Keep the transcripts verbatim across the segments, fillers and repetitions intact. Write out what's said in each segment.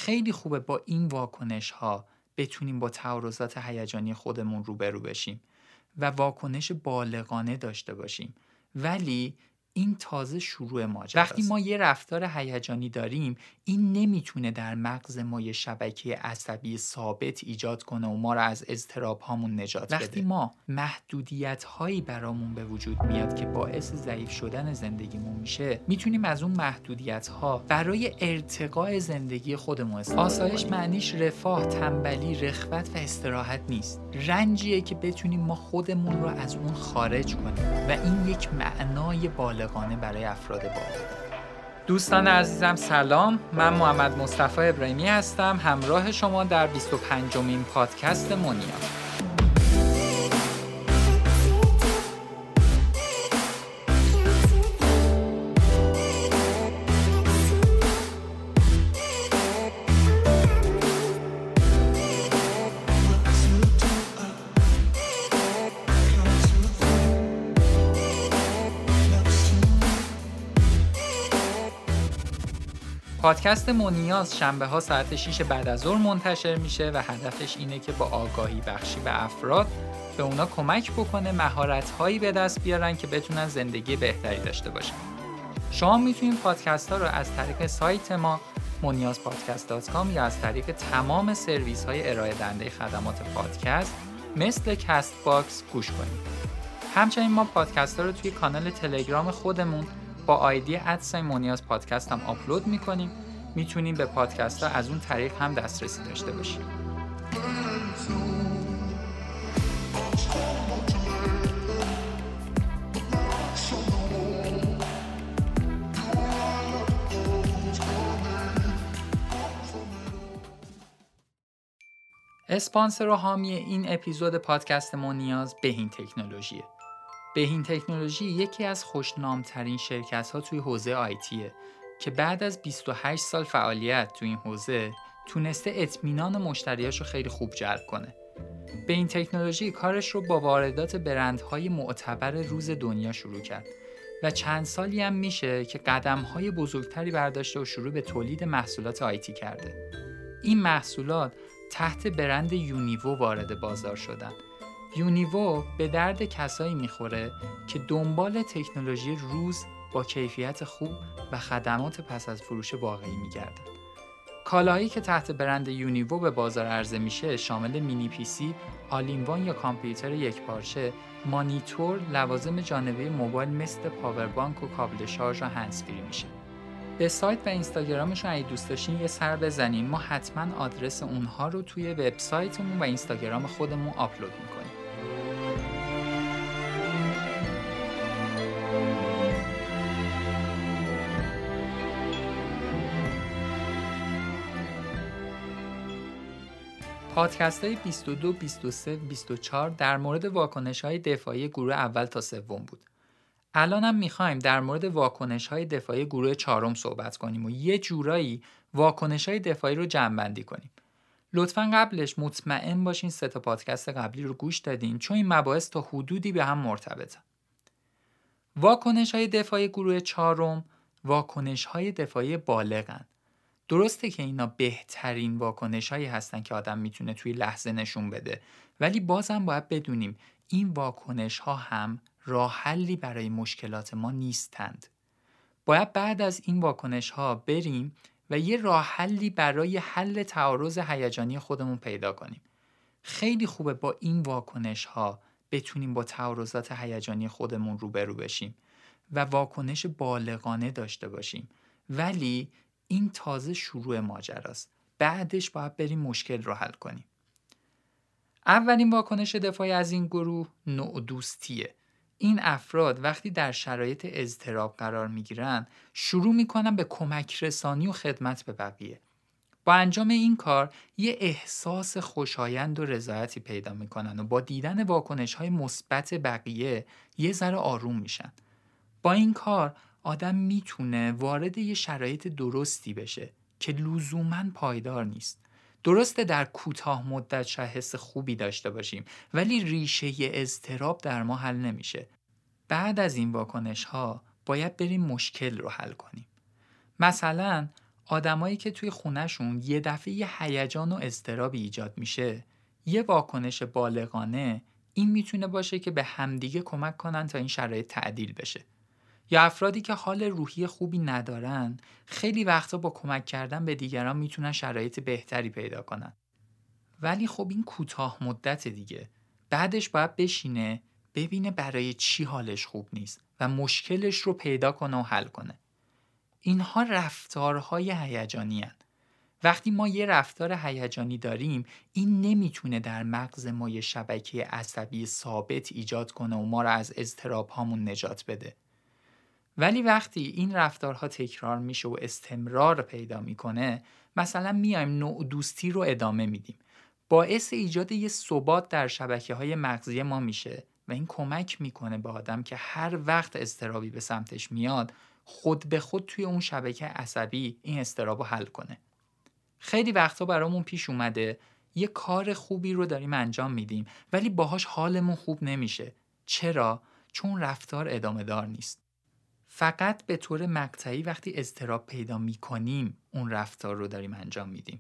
خیلی خوبه با این واکنش ها بتونیم با تعارضات هیجانی خودمون روبرو بشیم و واکنش بالغانه داشته باشیم، ولی این تازه شروع ماجراست. وقتی ما یه رفتار هیجانی داریم، این نمیتونه در مغز ما یه شبکه عصبی ثابت ایجاد کنه و ما رو از اضطراب هامون نجات بده. وقتی ما محدودیت هایی برامون به وجود میاد که باعث ضعیف شدن زندگیمون میشه، میتونیم از اون محدودیت ها برای ارتقاء زندگی خودمون استفاده کنیم. آسایش معنیش رفاه، تنبلی، رخوت و استراحت نیست. رنجیه که بتونیم ما خودمون رو از اون خارج کنیم و این یک معنای بالغ برای افراد بالغ. دوستان عزیزم سلام، من محمد مصطفی ابراهیمی هستم، همراه شما در بیست و پنجمین پادکست مونیا. پادکست مونیاز شنبه ها ساعت شش بعد از ظهر منتشر میشه و هدفش اینه که با آگاهی بخشی به افراد به اونا کمک بکنه مهارت هایی به دست بیارن که بتونن زندگی بهتری داشته باشن. شما میتونید پادکست ها رو از طریق سایت ما مونیاز پادکست دات کام یا از طریق تمام سرویس های ارائه دهنده خدمات پادکست مثل کست باکس گوش کنید. همچنین ما پادکست ها رو توی کانال تلگرام خودمون با آیدی ادساین مونیاز پادکست هم آپلود میکنیم. میتونیم به پادکست ها از اون طریق هم دسترسی داشته باشیم. اسپانسر و حامی این اپیزود پادکست مونیاز بهین تکنولوژیه. بهین تکنولوژی یکی از خوشنامترین شرکت‌ها توی حوزه آیتیه که بعد از بیست و هشت سال فعالیت توی این حوزه تونسته اطمینان مشتریاشو خیلی خوب جلب کنه. بهین تکنولوژی کارش رو با واردات برندهای معتبر روز دنیا شروع کرد و چند سالی هم میشه که قدم‌های بزرگتری برداشته و شروع به تولید محصولات آیتی کرده. این محصولات تحت برند یونیوو وارد بازار شدن. یونیوو به درد کسایی میخوره که دنبال تکنولوژی روز با کیفیت خوب و خدمات پس از فروش واقعی میگردن. کالاهایی که تحت برند یونیوو به بازار عرضه میشه شامل مینی پی سی، آل این وان یا کامپیوتر یک پارچه، مانیتور، لوازم جانبی موبایل مثل پاور بانک و کابل شارژ و هندزفری میشه. به سایت و اینستاگرامشون اگه دوست داشتین یه سر بزنین، ما حتما آدرس اونها رو توی وبسایتمون و اینستاگرام خودمون آپلود میکنیم. پادکست های بیست و دو، بیست و سه، بیست و چهار در مورد واکنش های دفاعی گروه اول تا سوم بود. الان هم میخوایم در مورد واکنش های دفاعی گروه چهارم صحبت کنیم و یه جورایی واکنش های دفاعی رو جمع‌بندی کنیم. لطفاً قبلش مطمئن باشین سه تا پادکست قبلی رو گوش دادین، چون این مباحث تا حدودی به هم مرتبطن. واکنش های دفاعی گروه چهارم واکنش های دفاعی بالغن. درسته که اینا بهترین واکنش هایی هستن که آدم میتونه توی لحظه نشون بده، ولی بازم باید بدونیم این واکنش ها هم راه حلی برای مشکلات ما نیستند. باید بعد از این واکنش ها بریم و یه راه حلی برای حل تعارض هیجانی خودمون پیدا کنیم. خیلی خوبه با این واکنش ها بتونیم با تعارضات هیجانی خودمون روبرو بشیم و واکنش بالغانه داشته باشیم، ولی این تازه شروع ماجراست. بعدش باید بریم مشکل رو حل کنیم. اولین واکنش دفاعی از این گروه نوع دوستیه. این افراد وقتی در شرایط اضطراب قرار میگیرن شروع میکنن به کمک رسانی و خدمت به بقیه. با انجام این کار یه احساس خوشایند و رضایتی پیدا میکنن و با دیدن واکنش‌های مثبت بقیه یه ذره آروم میشن. با این کار آدم میتونه وارد یه شرایط درستی بشه که لزوماً پایدار نیست. درسته در کوتاه مدت شاید حس خوبی داشته باشیم، ولی ریشه اضطراب در ما حل نمیشه. بعد از این واکنش ها باید بریم مشکل رو حل کنیم. مثلا آدمایی که توی خونهشون یه دفعه یه هیجان و اضطرابی ایجاد میشه، یه واکنش بالغانه این میتونه باشه که به همدیگه کمک کنن تا این شرایط تعدیل بشه. یا افرادی که حال روحی خوبی ندارن، خیلی وقتا با کمک کردن به دیگران میتونن شرایط بهتری پیدا کنن. ولی خب این کوتاه مدت دیگه. بعدش باید بشینه ببینه برای چی حالش خوب نیست و مشکلش رو پیدا کنه و حل کنه. اینها رفتارهای هیجانی هستند. وقتی ما یه رفتار هیجانی داریم، این نمیتونه در مغز ما یه شبکه عصبی ثابت ایجاد کنه و ما رو از اضطراب هامون نجات بده. ولی وقتی این رفتارها تکرار میشه و استمرار پیدا میکنه، مثلا میایم نوع دوستی رو ادامه میدیم، باعث ایجاد یه ثبات در شبکه‌های مغزی ما میشه و این کمک میکنه به آدم که هر وقت اضطرابی به سمتش میاد، خود به خود توی اون شبکه عصبی این اضطراب رو حل کنه. خیلی وقتا برامون پیش اومده یه کار خوبی رو داریم انجام میدیم ولی باهاش حالمون خوب نمیشه. چرا؟ چون رفتار ادامه دار نیست. فقط به طور مقطعی وقتی اضطراب پیدا میکنیم اون رفتار رو داریم انجام میدیم.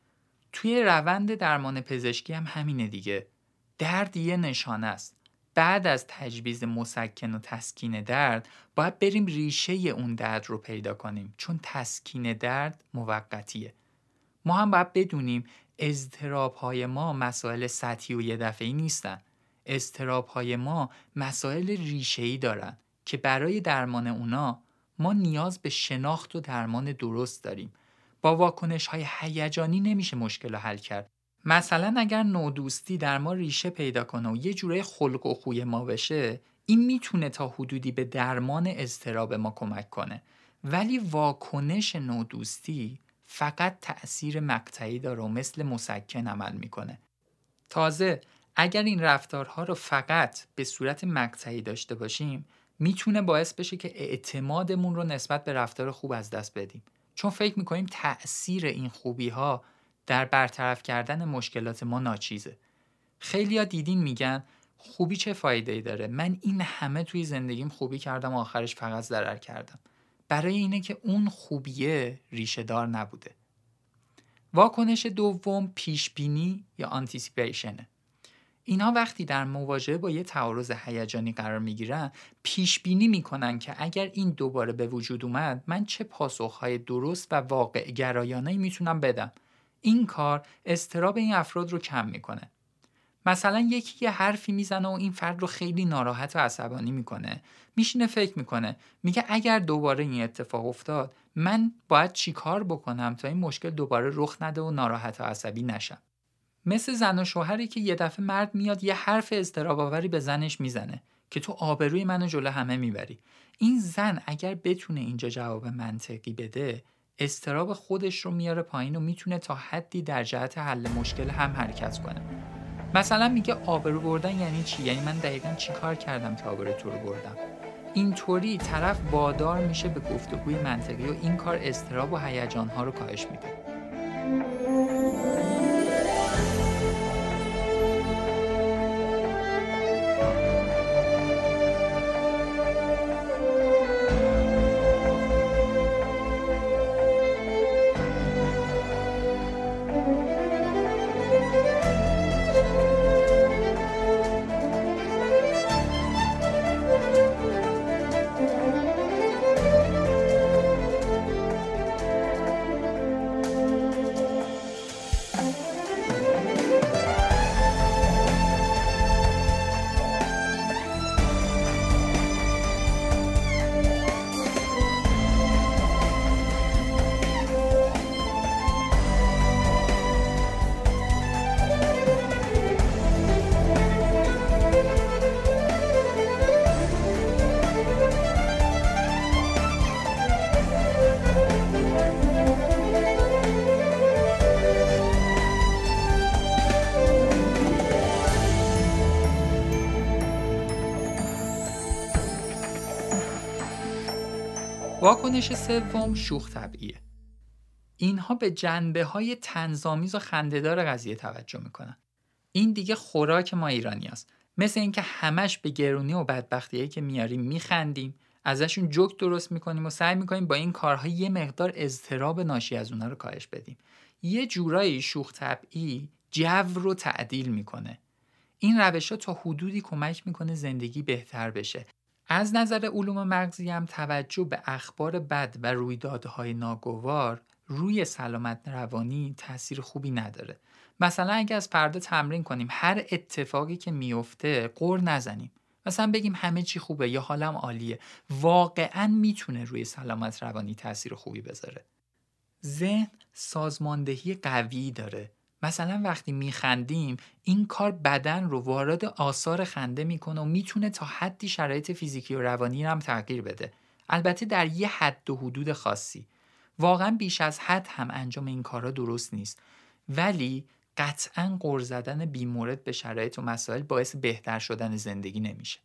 توی روند درمان پزشکی هم همینه دیگه. درد یه نشانه است. بعد از تجویز مسکن و تسکین درد باید بریم ریشه اون درد رو پیدا کنیم، چون تسکین درد موقتیه. ما هم باید بدونیم اضطراب‌های ما مسائل سطحی و یه دفعه‌ای نیستن. اضطراب‌های ما مسائل ریشه‌ای دارن که برای درمان اونا ما نیاز به شناخت و درمان درست داریم. با واکنش‌های هیجانی نمیشه مشکل رو حل کرد. مثلا اگر نودوستی در ما ریشه پیدا کنه و یه جوره خلق و خوی ما بشه، این میتونه تا حدودی به درمان اضطراب ما کمک کنه. ولی واکنش نودوستی فقط تأثیر مقطعی داره و مثل مسکن عمل میکنه. تازه اگر این رفتارها رو فقط به صورت مقطعی داشته باشیم، میتونه باعث بشه که اعتمادمون رو نسبت به رفتار خوب از دست بدیم، چون فکر میکنیم تأثیر این خوبی ها در برطرف کردن مشکلات ما ناچیزه. خیلیا دیدین میگن خوبی چه فایده‌ای داره؟ من این همه توی زندگیم خوبی کردم و آخرش فقط ضرر کردم. برای اینه که اون خوبیه ریشه دار نبوده. واکنش دوم پیشبینی یا آنتیسیپیشنه. اینها وقتی در مواجهه با یه تعارض هیجانی قرار میگیرن، پیشبینی میکنن که اگر این دوباره به وجود اومد، من چه پاسخهای درست و واقع گرایانه‌ای میتونم بدم. این کار اضطراب این افراد رو کم میکنه. مثلا یکی یه حرفی میزنه و این فرد رو خیلی ناراحت و عصبانی میکنه. میشینه فکر میکنه، میگه اگر دوباره این اتفاق افتاد، من باید چی کار بکنم تا این مشکل دوباره رخ نده و ناراحت و عصبی نشم. مثل زن و شوهری که یه دفعه مرد میاد یه حرف اضطراب آوری به زنش میزنه که تو آبروی منو جلو همه میبری. این زن اگر بتونه اینجا جواب منطقی بده، اضطراب خودش رو میاره پایین و میتونه تا حدی در جهت حل مشکل هم حرکت کنه. مثلا میگه آبرو بردن یعنی چی؟ یعنی من دقیقاً چی کار کردم که آبرو تو رو بردم؟ اینطوری طرف وادار میشه به گفتگوی منطقی و این کار اضطراب و هیجان‌ها رو کاهش میده. واکنش سوم شوخ طبعیه. اینها به جنبه‌های طنزآمیز و خنده‌دار قضیه توجه میکنن. این دیگه خوراک ما ایرانی هست. مثل اینکه همش به گرونی و بدبختیایی که میاریم میخندیم، ازشون جوک درست میکنیم و سعی میکنیم با این کارها یه مقدار اضطراب ناشی از اونها رو کاهش بدیم. یه جورایی شوخ طبعی جو رو تعدیل میکنه. این روش‌ها تا حدودی کمک میکنه زندگی بهتر بشه. از نظر علوم مغزی هم توجه به اخبار بد و رویدادهای ناگوار روی سلامت روانی تأثیر خوبی نداره. مثلا اگه از فردا تمرین کنیم هر اتفاقی که میفته غر نزنیم. مثلا بگیم همه چی خوبه یا حالم عالیه. واقعاً میتونه روی سلامت روانی تأثیر خوبی بذاره. ذهن سازماندهی قوی داره. مثلا وقتی میخندیم این کار بدن رو وارد آثار خنده میکنه و میتونه تا حدی شرایط فیزیکی و روانی رو هم تغییر بده. البته در یه حد و حدود خاصی. واقعا بیش از حد هم انجام این کارا درست نیست. ولی قطعاً غر زدن بی‌مورد به شرایط و مسائل باعث بهتر شدن زندگی نمیشه.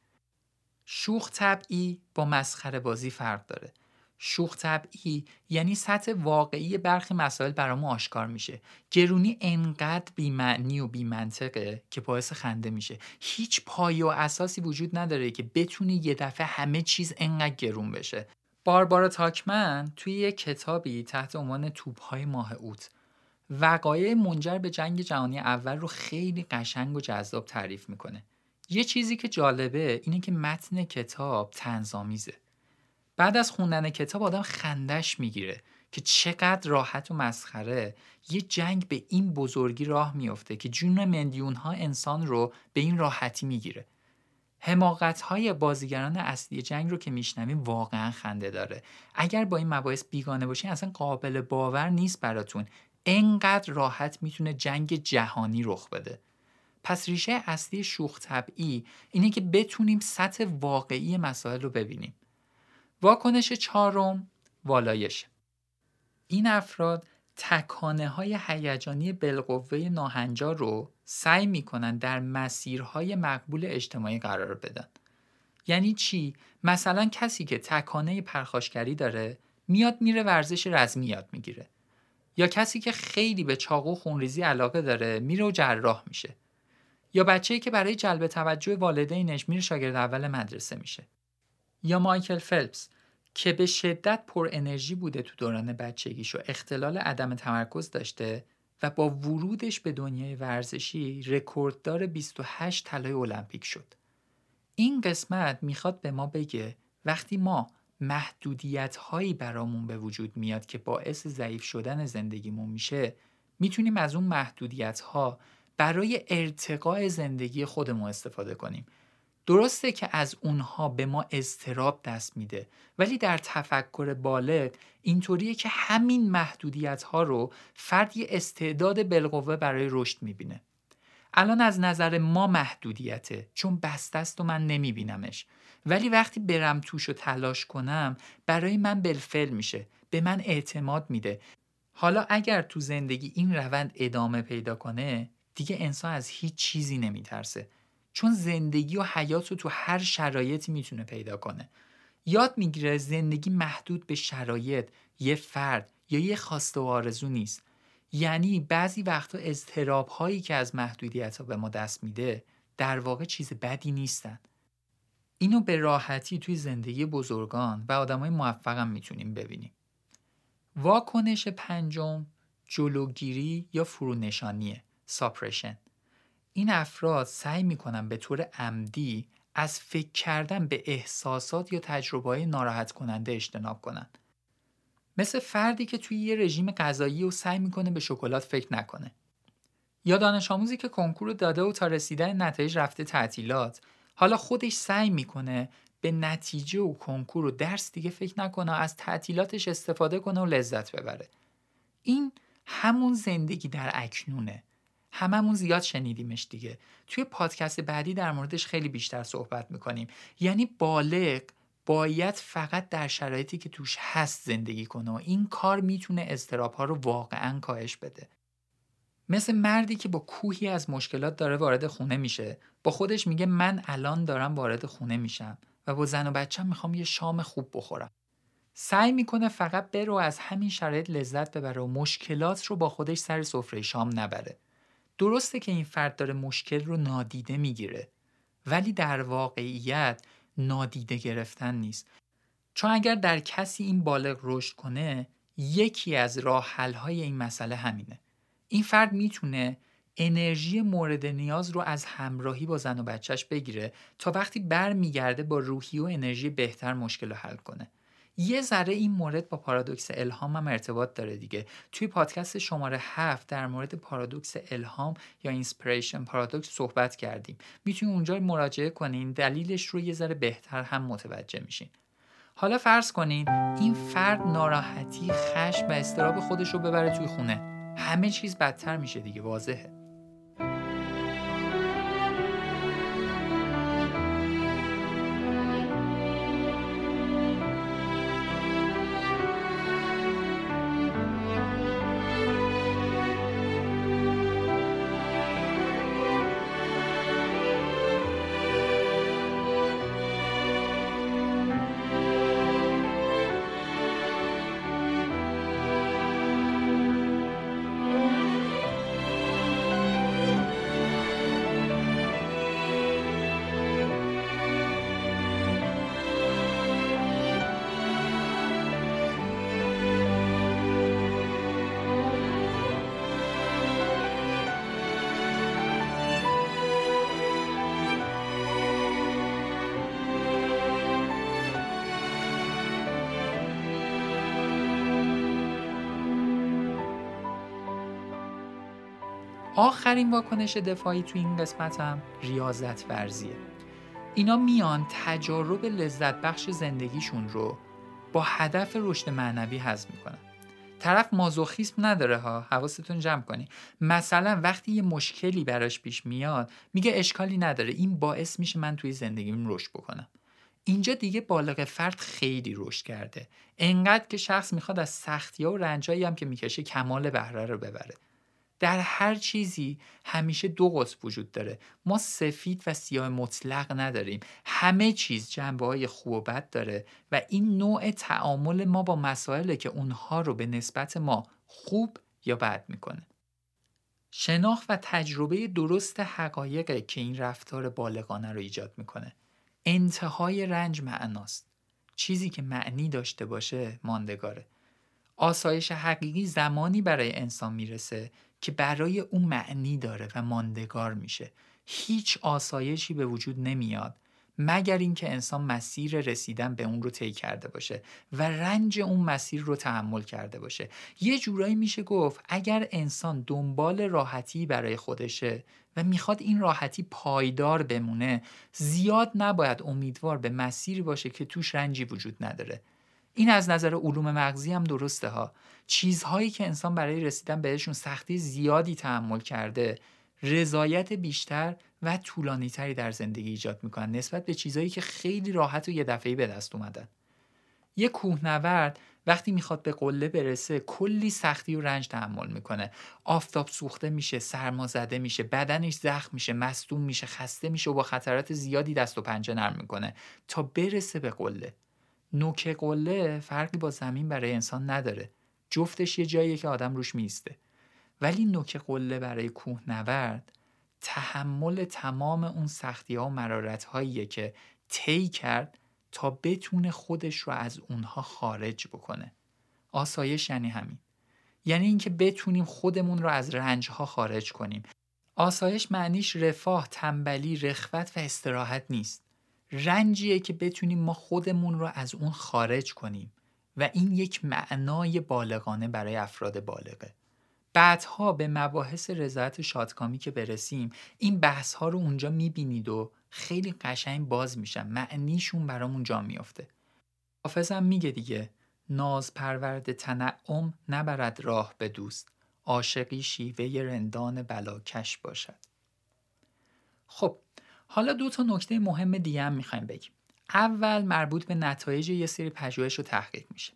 شوخ طبعی با مسخره بازی فرق داره. شوخ طبعی یعنی سطح واقعی برخی مسائل برامون آشکار میشه. گرونی انقدر بی‌معنی و بی‌منطقه که باعث خنده میشه. هیچ پایه و اساسی وجود نداره که بتونی یه دفعه همه چیز انقدر گرون بشه. باربارا تاکمن توی یه کتابی تحت عنوان توپ‌های ماه اوت وقایع منجر به جنگ جهانی اول رو خیلی قشنگ و جذاب تعریف میکنه. یه چیزی که جالبه اینه که متن کتاب طنزآمیزه. بعد از خوندن کتاب آدم خندش میگیره که چقدر راحت و مسخره یه جنگ به این بزرگی راه میفته که جون میلیون ها انسان رو به این راحتی میگیره. حماقت‌های بازیگران اصلی جنگ رو که میشنویم واقعا خنده داره. اگر با این مباحث بیگانه باشین اصلا قابل باور نیست براتون انقدر راحت میتونه جنگ جهانی رخ بده. پس ریشه اصلی شوخ طبعی اینه که بتونیم سطح واقعی مسائل رو ببینیم. واکنش چهارم والایش. این افراد تکانه های هیجانی بالقوه ناهنجار رو سعی میکنن در مسیرهای مقبول اجتماعی قرار بدن. یعنی چی؟ مثلا کسی که تکانه پرخاشگری داره میاد میره ورزش رزمی یاد میگیره. یا کسی که خیلی به چاقو خونریزی علاقه داره میره و جراح میشه. یا بچه‌ای که برای جلب توجه والدینش میره شاگرد اول مدرسه میشه. یا مایکل فلپس که به شدت پر انرژی بوده تو دوران بچگیش و اختلال عدم تمرکز داشته و با ورودش به دنیای ورزشی رکورددار بیست و هشت طلای المپیک شد. این قسمت میخواد به ما بگه وقتی ما محدودیت‌هایی برامون به وجود میاد که باعث ضعیف شدن زندگیمون میشه، میتونیم از اون محدودیت‌ها برای ارتقاء زندگی خودمون استفاده کنیم. درسته که از اونها به ما اضطراب دست میده، ولی در تفکر بالغ اینطوریه که همین محدودیت‌ها رو فرد یه استعداد بالقوه برای رشد میبینه. الان از نظر ما محدودیته چون بسته است و من نمیبینمش، ولی وقتی برم توش و تلاش کنم برای من بالفعل میشه، به من اعتماد میده. حالا اگر تو زندگی این روند ادامه پیدا کنه دیگه انسان از هیچ چیزی نمیترسه، چون زندگی و حیات رو تو هر شرایطی میتونه پیدا کنه. یاد میگیره زندگی محدود به شرایط، یه فرد یا یه خواسته و آرزو نیست. یعنی بعضی وقتا اضطراب هایی که از محدودیت ها به ما دست میده در واقع چیز بدی نیستن. اینو به راحتی توی زندگی بزرگان و آدمای موفق هم میتونیم ببینیم. واکنش پنجم جلوگیری یا فرونشانیه، ساپرشن. این افراد سعی میکنن به طور عمدی از فکر کردن به احساسات یا تجربه‌های ناراحت کننده اجتناب کنن. مثل فردی که توی یه رژیم غذایی و سعی میکنه به شکلات فکر نکنه. یا دانش آموزی که کنکور رو داده و تا رسیدن نتایج رفته تعطیلات، حالا خودش سعی میکنه به نتیجه و کنکور و درس دیگه فکر نکنه، از تعطیلاتش استفاده کنه و لذت ببره. این همون زندگی در اکنونه. هممون زیاد شنیدیمش دیگه. توی پادکست بعدی در موردش خیلی بیشتر صحبت میکنیم. یعنی بالغ باید فقط در شرایطی که توش هست زندگی کنه و این کار میتونه اضطراب‌ها رو واقعاً کاهش بده. مثل مردی که با کوهی از مشکلات داره وارد خونه میشه، با خودش میگه من الان دارم وارد خونه میشم و با زن و بچه‌م میخوام یه شام خوب بخورم. سعی میکنه فقط بره و از همین شرایط لذت ببره و مشکلات رو با خودش سر سفره شام نبره. درسته که این فرد داره مشکل رو نادیده میگیره، ولی در واقعیت نادیده گرفتن نیست. چون اگر در کسی این بالغ رشد کنه، یکی از راه حل های این مسئله همینه. این فرد میتونه انرژی مورد نیاز رو از همراهی با زن و بچهش بگیره تا وقتی برمیگرده با روحی و انرژی بهتر مشکل رو حل کنه. یه ذره این مورد با پارادوکس الهام هم ارتباط داره دیگه. توی پادکست شماره هفت در مورد پارادوکس الهام یا اینسپیریشن پارادوکس صحبت کردیم. میتونید اونجا مراجعه کنین، دلیلش رو یه ذره بهتر هم متوجه میشین. حالا فرض کنین این فرد ناراحتی، خشم و اضطراب خودش رو ببره توی خونه. همه چیز بدتر میشه دیگه، واضحه. آخرین واکنش دفاعی تو این قسمت هم ریاضت ورزیه. اینا میان تجارب لذت بخش زندگیشون رو با هدف رشد معنوی هضم میکنن. طرف مازوخیسم نداره ها، حواستون جمع کنی. مثلا وقتی یه مشکلی براش پیش میاد میگه اشکالی نداره، این باعث میشه من توی زندگیم رشد بکنم. اینجا دیگه بالغ فرد خیلی رشد کرده، انقدر که شخص میخواد از سختی‌ها و رنجایی هم که میکشه کمال بهره رو ببره. در هر چیزی همیشه دو قطب وجود داره. ما سفید و سیاه مطلق نداریم. همه چیز جنبه‌های خوب و بد داره و این نوع تعامل ما با مسائله که اونها رو به نسبت ما خوب یا بد میکنه. شناخت و تجربه درست حقایقه که این رفتار بالغانه رو ایجاد میکنه. انتهای رنج معناست. چیزی که معنی داشته باشه ماندگاره. آسایش حقیقی زمانی برای انسان میرسه که برای اون معنی داره و ماندگار میشه. هیچ آسایشی به وجود نمیاد مگر اینکه انسان مسیر رسیدن به اون رو طی کرده باشه و رنج اون مسیر رو تحمل کرده باشه. یه جورایی میشه گفت اگر انسان دنبال راحتی برای خودشه و میخواد این راحتی پایدار بمونه، زیاد نباید امیدوار به مسیری باشه که توش رنجی وجود نداره. این از نظر علوم مغزی هم درسته ها. چیزهایی که انسان برای رسیدن بهشون سختی زیادی تحمل کرده، رضایت بیشتر و طولانی‌تری در زندگی ایجاد میکنن نسبت به چیزهایی که خیلی راحت و یه دفعه‌ای به دست اومدن. یه کوهنورد وقتی میخواد به قله برسه کلی سختی و رنج تحمل میکنه. آفتاب سوخته میشه، سرما زده میشه، بدنش زخم میشه، مصدوم میشه، خسته میشه و با خطرات زیادی دست و پنجه نرم میکنه تا برسه به قله. نوک قله فرقی با زمین برای انسان نداره. جفتش یه جاییه که آدم روش میسته. ولی نوک قله برای کوهنورد تحمل تمام اون سختی‌ها و مرارت‌هاییه که طی کرد تا بتونه خودش رو از اونها خارج بکنه. آسایش یعنی همین. یعنی اینکه بتونیم خودمون رو از رنج‌ها خارج کنیم. آسایش معنیش رفاه، تنبلی، رخوت و استراحت نیست. رنجیه که بتونیم ما خودمون رو از اون خارج کنیم و این یک معنای بالغانه برای افراد بالغه. بعدها به مباحث رضایت شادکامی که برسیم این بحث ها رو اونجا میبینید و خیلی قشنگ باز میشن، معنیشون برامون جا میافته. حافظم میگه دیگه ناز پرورد تنعم نبرد راه به دوست، عاشقی شیوه رندان بلاکش باشد. خب حالا دو تا نکته مهم دیگه هم میخوایم بگیم. اول مربوط به نتایج یه سری پژوهش و تحقیق میشه.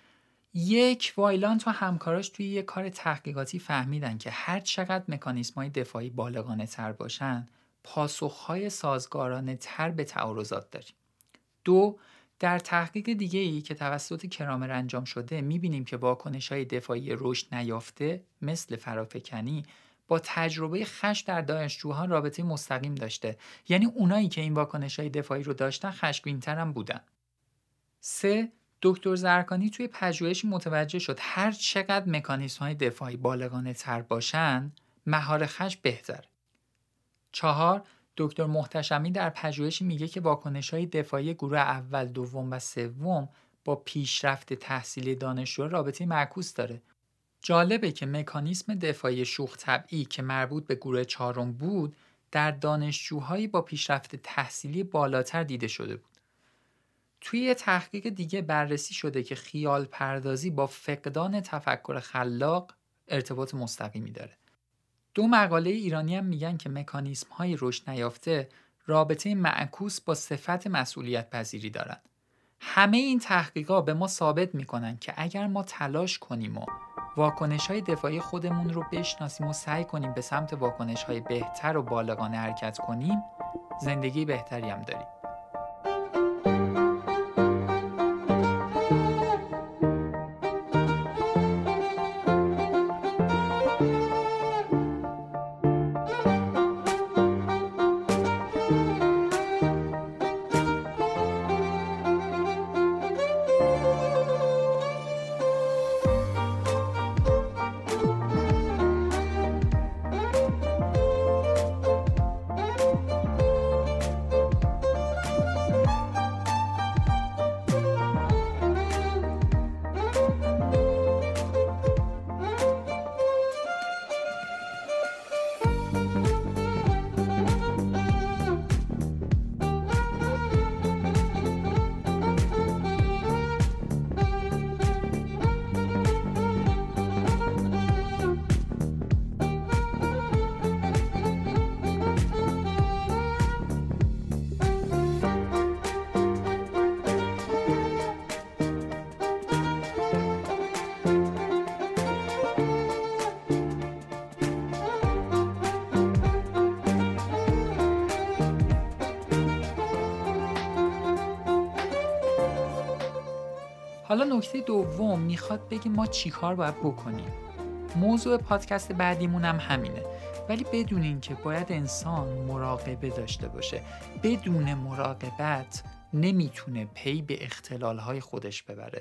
یک، وایلانت و همکاراش توی یه کار تحقیقاتی فهمیدن که هر چقدر مکانیزم‌های دفاعی بالغانه تر باشن، پاسخ‌های سازگارانه تر به تعارضات داریم. دو، در تحقیق دیگه‌ای که توسط کرامر انجام شده می‌بینیم که واکنش‌های دفاعی رشد نیافته مثل فرافکنی با تجربه خشم در دانشجوها رابطه مستقیم داشته. یعنی اونایی که این واکنش‌های دفاعی رو داشتن خشمگین‌تر هم بودن. سه، دکتر زرکانی توی پژوهشی متوجه شد هر چقدر مکانیزم‌های دفاعی بالغانه تر باشن، مهار خشم بهتر. چهار، دکتر محتشمی در پژوهشی میگه که واکنش‌های دفاعی گروه اول، دوم و سوم با پیشرفت تحصیلی دانشجو رابطه معکوس داره. جالبه که مکانیزم دفاعی شوخ طبعی که مربوط به گروه چهارم بود، در دانشجوهایی با پیشرفت تحصیلی بالاتر دیده شده بود. توی یه تحقیق دیگه بررسی شده که خیال پردازی با فقدان تفکر خلاق ارتباط مستقیمی داره. دو مقاله ایرانی هم میگن که مکانیزم های رشد نیافته رابطه معکوس با صفت مسئولیت پذیری دارن. همه این تحقیقات به ما ثابت میکنن که اگر ما تلاش کنیم و واکنش های دفاعی خودمون رو بشناسیم و سعی کنیم به سمت واکنش های بهتر و بالغانه حرکت کنیم، زندگی بهتری هم داریم. حالا نکته دوم میخواد بگه ما چی کار باید بکنیم. موضوع پادکست بعدیمون هم همینه، ولی بدونین که باید انسان مراقبه داشته باشه. بدون مراقبت نمیتونه پی به اختلالهای خودش ببره.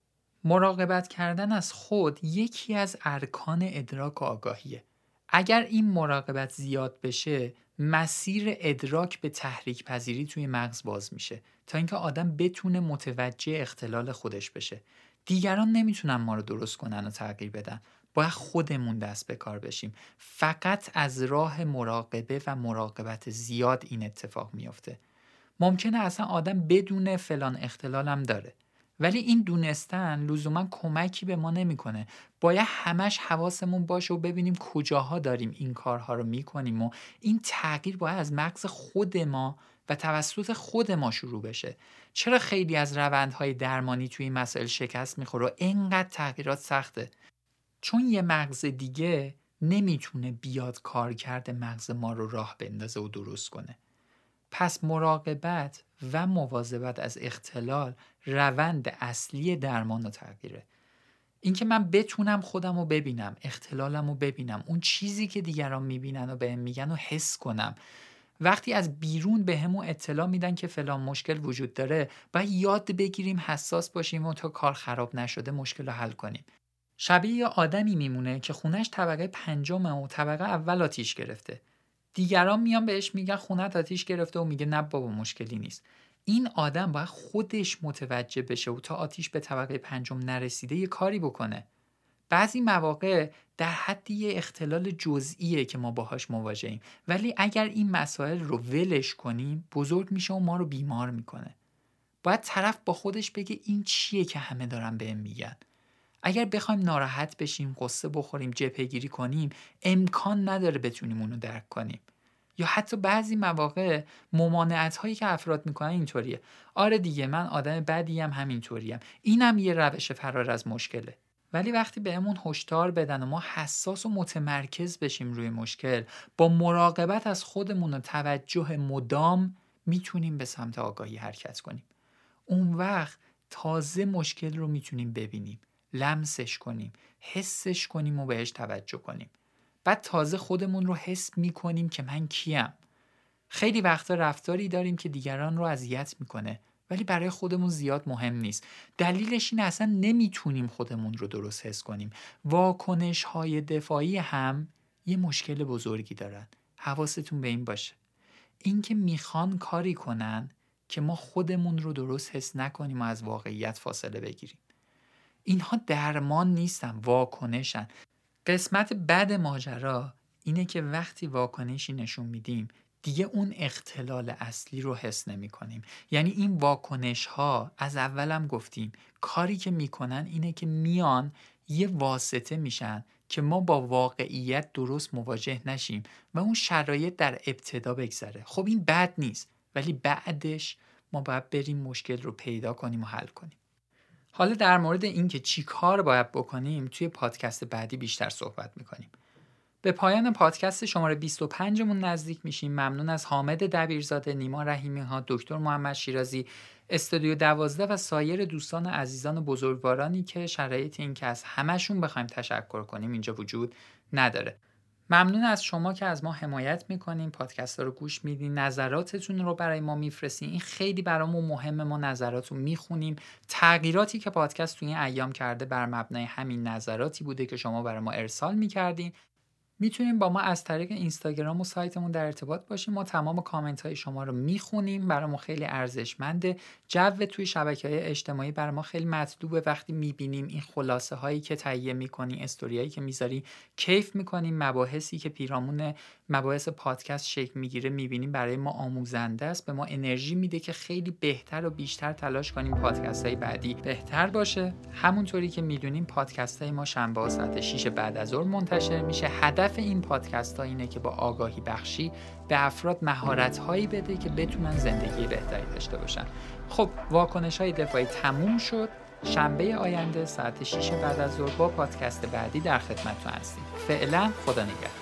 مراقبت کردن از خود یکی از ارکان ادراک و آگاهیه. اگر این مراقبت زیاد بشه، مسیر ادراک به تحریک پذیری توی مغز باز میشه تا اینکه آدم بتونه متوجه اختلال خودش بشه. دیگران نمیتونن ما رو درست کنن و تغییر بدن. باید خودمون دست به کار بشیم. فقط از راه مراقبه و مراقبت زیاد این اتفاق میفته. ممکنه اصلا آدم بدون فلان اختلالم داره، ولی این دونستن لزوما کمکی به ما نمیکنه. باید همش حواسمون باشه و ببینیم کجاها داریم این کارها رو میکنیم و این تغییر باید از مغز خود ما و توسط خود ما شروع بشه. چرا خیلی از روندهای درمانی توی این مسائل شکست میخوره و اینقدر تغییرات سخته؟ چون یه مغز دیگه نمیتونه بیاد کارکرد مغز ما رو راه بندازه و درست کنه. پس مراقبت و مواظبت از اختلال روند اصلی درمان و تغییره. اینکه من بتونم خودم رو ببینم، اختلالم رو ببینم، اون چیزی که دیگران میبینن و بهم میگن و حس کنم. وقتی از بیرون به همون اطلاع میدن که فلان مشکل وجود داره، باید یاد بگیریم حساس باشیم و تا کار خراب نشده مشکل رو حل کنیم. شبیه یه آدمی میمونه که خونش طبقه پنجمه و طبقه اول آتیش گرفته. دیگران میان بهش میگن خونت آتیش گرفته و میگه نه بابا مشکلی نیست. این آدم باید خودش متوجه بشه و تا آتیش به طبقه پنجم نرسیده یه کاری بکنه. بعضی مواقع در حد یه اختلال جزئیه که ما باهاش مواجهیم، ولی اگر این مسائل رو ولش کنیم بزرگ میشه و ما رو بیمار میکنه. باید طرف با خودش بگه این چیه که همه دارن بهم میگن. اگر بخوایم ناراحت بشیم، قصه بخوریم، جبهه‌گیری کنیم، امکان نداره بتونیم اونو درک کنیم. یا حتی بعضی مواقع ممانعت هایی که افراد میکنن اینطوریه: آره دیگه من آدم بدی ام، همینطوریم. اینم یه روش فرار از مشکله. ولی وقتی بهمون هشدار بدن و ما حساس و متمرکز بشیم روی مشکل، با مراقبت از خودمون و توجه مدام میتونیم به سمت آگاهی حرکت کنیم. اون وقت تازه مشکل رو میتونیم ببینیم، لمسش کنیم، حسش کنیم و بهش توجه کنیم. بعد تازه خودمون رو حس میکنیم که من کیم. خیلی وقتا رفتاری داریم که دیگران رو اذیت میکنه، ولی برای خودمون زیاد مهم نیست. دلیلش اینه اصلا نمیتونیم خودمون رو درست حس کنیم. واکنش های دفاعی هم یه مشکل بزرگی دارن. حواستون به این باشه. این که میخوان کاری کنن که ما خودمون رو درست حس نکنیم و از واقعیت فاصله بگیریم. اینها درمان نیستن، واکنشن. قسمت بد ماجرا اینه که وقتی واکنشی نشون میدیم دیگه اون اختلال اصلی رو حس نمی کنیم. یعنی این واکنش ها از اولم گفتیم کاری که میکنن اینه که میان یه واسطه میشن که ما با واقعیت درست مواجه نشیم و اون شرایط در ابتدا بگذره. خب این بد نیست، ولی بعدش ما باید بریم مشکل رو پیدا کنیم و حل کنیم. حالا در مورد این که چی کار باید بکنیم توی پادکست بعدی بیشتر صحبت میکنیم. به پایان پادکست شماره بیست و پنج مون نزدیک میشیم. ممنون از حامد دبیرزاده، نیما رحیمی ها، دکتر محمد شیرازی، استودیو دوازده و سایر دوستان عزیزان و بزرگوارانی که شرایط این که از همشون بخوایم تشکر کنیم اینجا وجود نداره. ممنون از شما که از ما حمایت میکنین، پادکست ها رو گوش میدین، نظراتتون رو برای ما میفرستین. این خیلی برامون مهمه، ما نظرات رو میخونیم. تغییراتی که پادکست توی این ایام کرده بر مبنای همین نظراتی بوده که شما برای ما ارسال میکردین. میتونیم با ما از طریق اینستاگرام و سایتمون در ارتباط باشیم. ما تمام کامنت های شما رو میخونیم، برای ما خیلی ارزشمنده. جو توی شبکه‌های اجتماعی برای ما خیلی مطلوبه. وقتی میبینیم این خلاصه هایی که تهیه میکنی، استوریایی که میذاری، کیف میکنیم. مباحثی که پیرامون مباحث پادکست شکل میگیره میبینیم برای ما آموزنده است، به ما انرژی میده که خیلی بهتر و بیشتر تلاش کنیم پادکست های بعدی بهتر باشه. همونطوری که میدونیم پادکست های ما شنبه ساعت شش بعد از ظهر منتشر میشه. هدف این پادکست ها اینه که با آگاهی بخشی به افراد مهارت هایی بده که بتونن زندگی بهتری داشته باشن. خب واکنش های دفاعی تموم شد. شنبه آینده ساعت شش بعد از ظهر با پادکست بعدی در خدمتتون هستیم. فعلا خدا نگهدار.